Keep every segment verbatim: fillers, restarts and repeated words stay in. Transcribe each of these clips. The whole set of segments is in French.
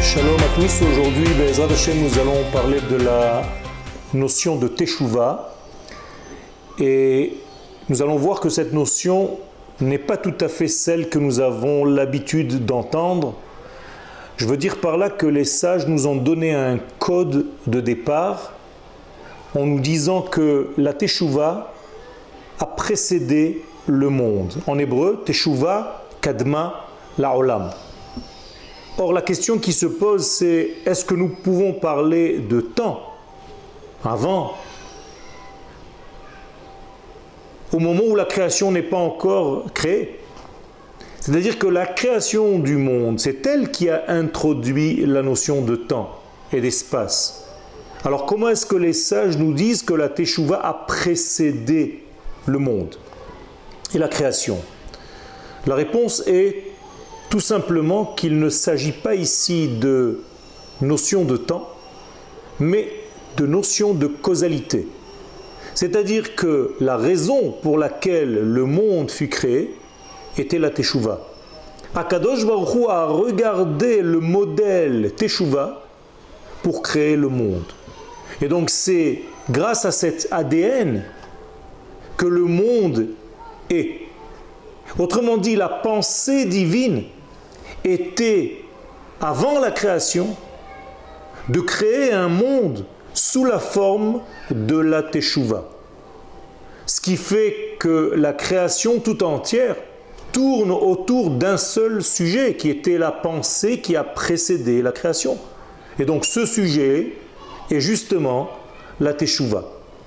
Shalom à tous. Aujourd'hui, Be'ezrat Hashem, nous allons parler de la notion de Teshuvah. Et nous allons voir que cette notion n'est pas tout à fait celle que nous avons l'habitude d'entendre. Je veux dire par là que les sages nous ont donné un code de départ en nous disant que la Teshuvah a précédé le monde. En hébreu, Teshuvah kadma la'olam. Or, la question qui se pose, c'est est-ce que nous pouvons parler de temps avant, au moment où la création n'est pas encore créée? C'est-à-dire que la création du monde, c'est elle qui a introduit la notion de temps et d'espace. Alors, comment est-ce que les sages nous disent que la Teshuvah a précédé le monde et la création? La réponse est tout simplement qu'il ne s'agit pas ici de notion de temps, mais de notion de causalité. C'est-à-dire que la raison pour laquelle le monde fut créé était la Teshuvah. Akadosh Baruch Hu a regardé le modèle Teshuvah pour créer le monde. Et donc c'est grâce à cet A D N que le monde est. Autrement dit, la pensée divine était, avant la création, de créer un monde sous la forme de la Teshuvah. Ce qui fait que la création tout entière tourne autour d'un seul sujet, qui était la pensée qui a précédé la création. Et donc ce sujet est justement la Teshuvah.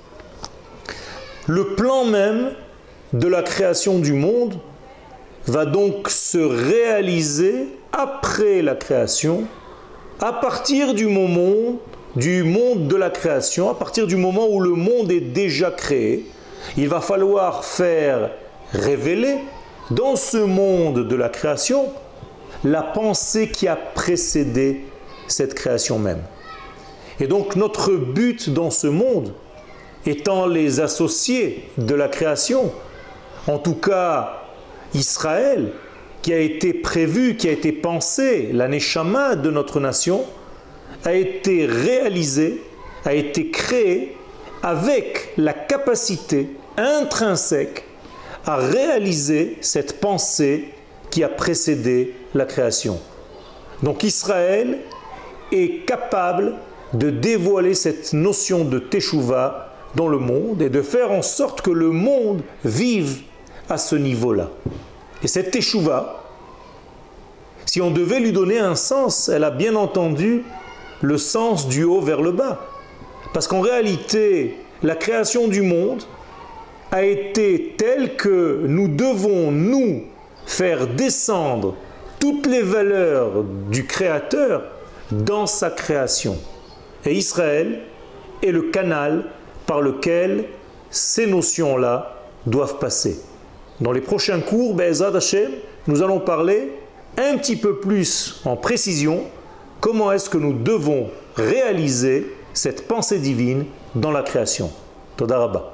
Le plan même de la création du monde va donc se réaliser après la création, à partir du moment du monde de la création, à partir du moment où le monde est déjà créé. Il va falloir faire révéler dans ce monde de la création la pensée qui a précédé cette création même. Et donc notre but dans ce monde, étant les associés de la création, en tout cas Israël, qui a été prévu, qui a été pensé, la Neshama de notre nation, a été réalisé, a été créé avec la capacité intrinsèque à réaliser cette pensée qui a précédé la création. Donc Israël est capable de dévoiler cette notion de Teshuvah dans le monde et de faire en sorte que le monde vive à ce niveau-là. Et cette Teshuvah, si on devait lui donner un sens, elle a bien entendu le sens du haut vers le bas. Parce qu'en réalité, la création du monde a été telle que nous devons, nous, faire descendre toutes les valeurs du Créateur dans sa création. Et Israël est le canal par lequel ces notions-là doivent passer. Dans les prochains cours, Be'ezrat Hashem, nous allons parler un petit peu plus en précision comment est-ce que nous devons réaliser cette pensée divine dans la création. Toda Rabba.